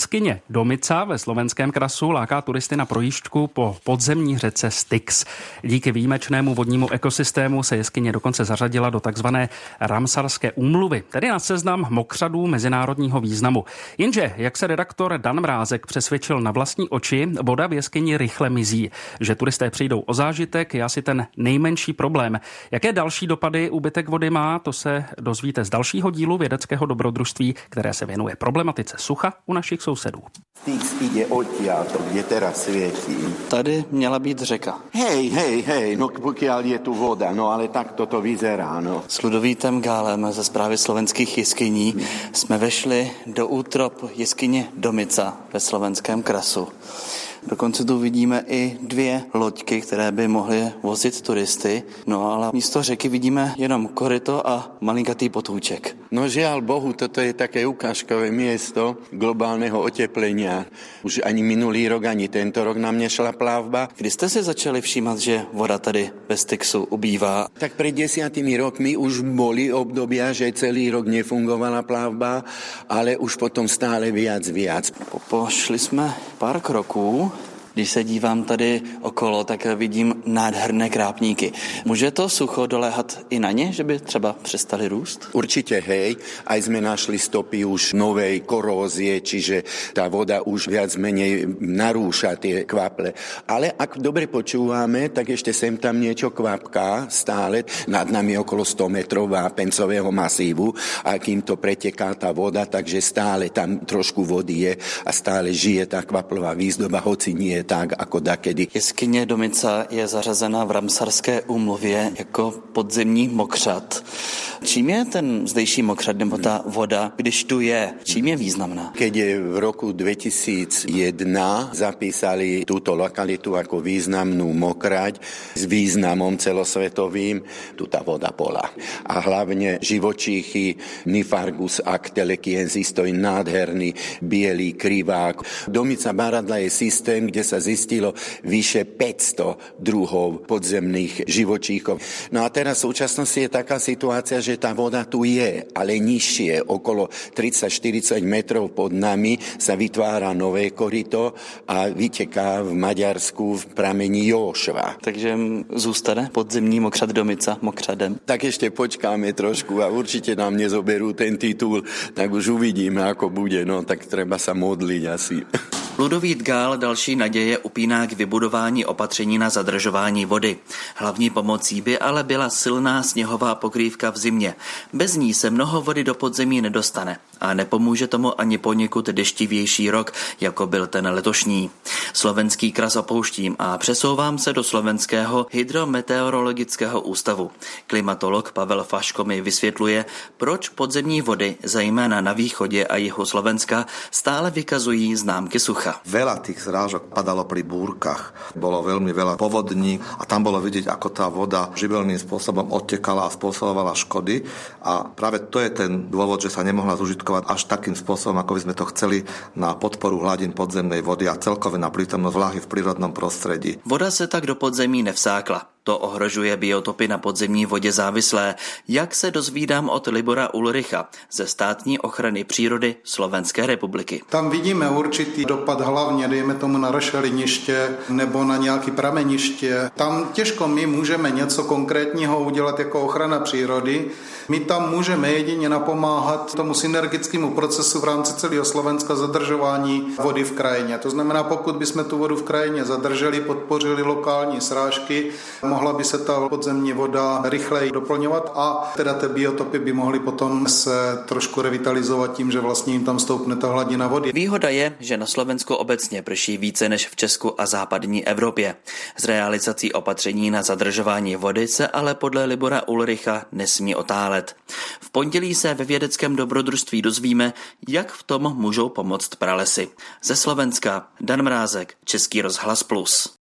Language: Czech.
Jeskyně Domica ve Slovenském krasu láká turisty na projížďku po podzemní řece Styx. Díky výjimečnému vodnímu ekosystému se jeskyně dokonce zařadila do takzvané Ramsarské úmluvy, tedy na seznam mokřadů mezinárodního významu. Jenže, jak se redaktor Dan Mrázek přesvědčil na vlastní oči, voda v jeskyni rychle mizí. Že turisté přijdou o zážitek, je asi ten nejmenší problém. Jaké další dopady úbytek vody má, to se dozvíte z dalšího dílu vědeckého dobrodružství, které se věnuje problematice sucha u našich sousedů. Styx ide odtiaľto, kde teraz svietí. Tady měla být řeka. Hej, no pokiaľ je tu voda, no ale tak toto vyzerá, no. S Ludovítem Gálem ze Správy slovenských jeskyní jsme vešli do útrop jeskyně Domica ve Slovenském krasu. Dokonce tu vidíme i 2 loďky, které by mohly vozit turisty, no ale místo řeky vidíme jenom koryto a malinkatý potůček. No žiaľ Bohu, toto je také ukážkové miesto globálneho oteplenia. Už ani minulý rok, ani tento rok nám nešla plavba. Kdy jste si začali všímat, že voda tady ve Styxu ubývá? Tak pred 10 rokmi už boli obdobia, že celý rok nefungovala plavba, ale už potom stále viac. Pošli jsme pár kroků. Když se dívám tady okolo, tak vidím nádherné krápníky. Může to sucho doléhat i na ně, že by třeba přestali růst? Určite hej, aj sme našli stopy už novej korózie, čiže tá voda už viac menej narúša tie kvaple. Ale ak dobre počúvame, tak ešte sem tam niečo kvapká stále. Nad nami okolo 100 metrov vápencového masívu a kým to preteká tá voda, takže stále tam trošku vody je a stále žije tá kvaplová výzdoba, hoci nie tak ako dakedy. Jeskyně Domica je zařazena v Ramsarské úmluvě jako podzemní mokřad. Čím je ten zdejší mokřad nebo ta voda, když tu je, čím je významná? Keď je v roku 2001 zapísali túto lokalitu ako významnú mokraď s významom celosvetovým, tu tá voda bola. A hlavne živočíchy Niphargus actelechiensis, to je nádherný bielý krivák. Domica Baradla je systém, kde sa zistilo vyše 500 druhov podzemných živočíchov. No a teraz v súčasnosti je taká situácia, že tá voda tu je, ale nižšie, okolo 30-40 metrov pod nami sa vytvára nové koryto a vyteká v Maďarsku v pramení Jóšva. Takže zůstane podzemní mokřad Domica mokřadem? Tak ešte počkáme trošku a určite nám nezoberú ten titul, tak už uvidíme, ako bude, no tak treba sa modliť asi. Ludovít Gál další naděje upíná k vybudování opatření na zadržování vody. Hlavní pomocí by ale byla silná sněhová pokrývka v zimě. Bez ní se mnoho vody do podzemí nedostane a nepomůže tomu ani poněkud deštivější rok, jako byl ten letošní. Slovenský kras opouštím a přesouvám se do Slovenského hydrometeorologického ústavu. Klimatolog Pavel Faško mi vysvětluje, proč podzemní vody, zejména na východě a jihu Slovenska, stále vykazují známky sucha. Veľa tých zrážok padalo pri búrkach. Bolo veľmi veľa povodní a tam bolo vidieť, ako tá voda živelným spôsobom odtekala a spôsobovala škody. A práve to je ten dôvod, že sa nemohla zužitkovať až takým spôsobom, ako by sme to chceli na podporu hladín podzemnej vody a celkové na prítomnosť vláhy v prírodnom prostredí. Voda se tak do podzemí nevsákla. To ohrožuje biotopy na podzemní vodě závislé, jak se dozvídám od Libora Ulricha ze Státní ochrany přírody Slovenské republiky. Tam vidíme určitý dopad hlavně, dejme tomu na rašeliniště nebo na nějaké prameniště. Tam těžko my můžeme něco konkrétního udělat jako ochrana přírody. My tam můžeme jedině napomáhat tomu synergickému procesu v rámci celého Slovenska zadržování vody v krajině. To znamená, pokud bychom tu vodu v krajině zadrželi, podpořili lokální srážky, mohla by se ta podzemní voda rychleji doplňovat a teda ty biotopy by mohly potom se trošku revitalizovat tím, že vlastně jim tam stoupne ta hladina vody. Výhoda je, že na Slovensku obecně prší více než v Česku a západní Evropě. S realizací opatření na zadržování vody se ale podle Libora Ulricha nesmí otálet. V pondělí se ve vědeckém dobrodružství dozvíme, jak v tom můžou pomoct pralesy. Ze Slovenska Dan Mrázek, Český rozhlas Plus.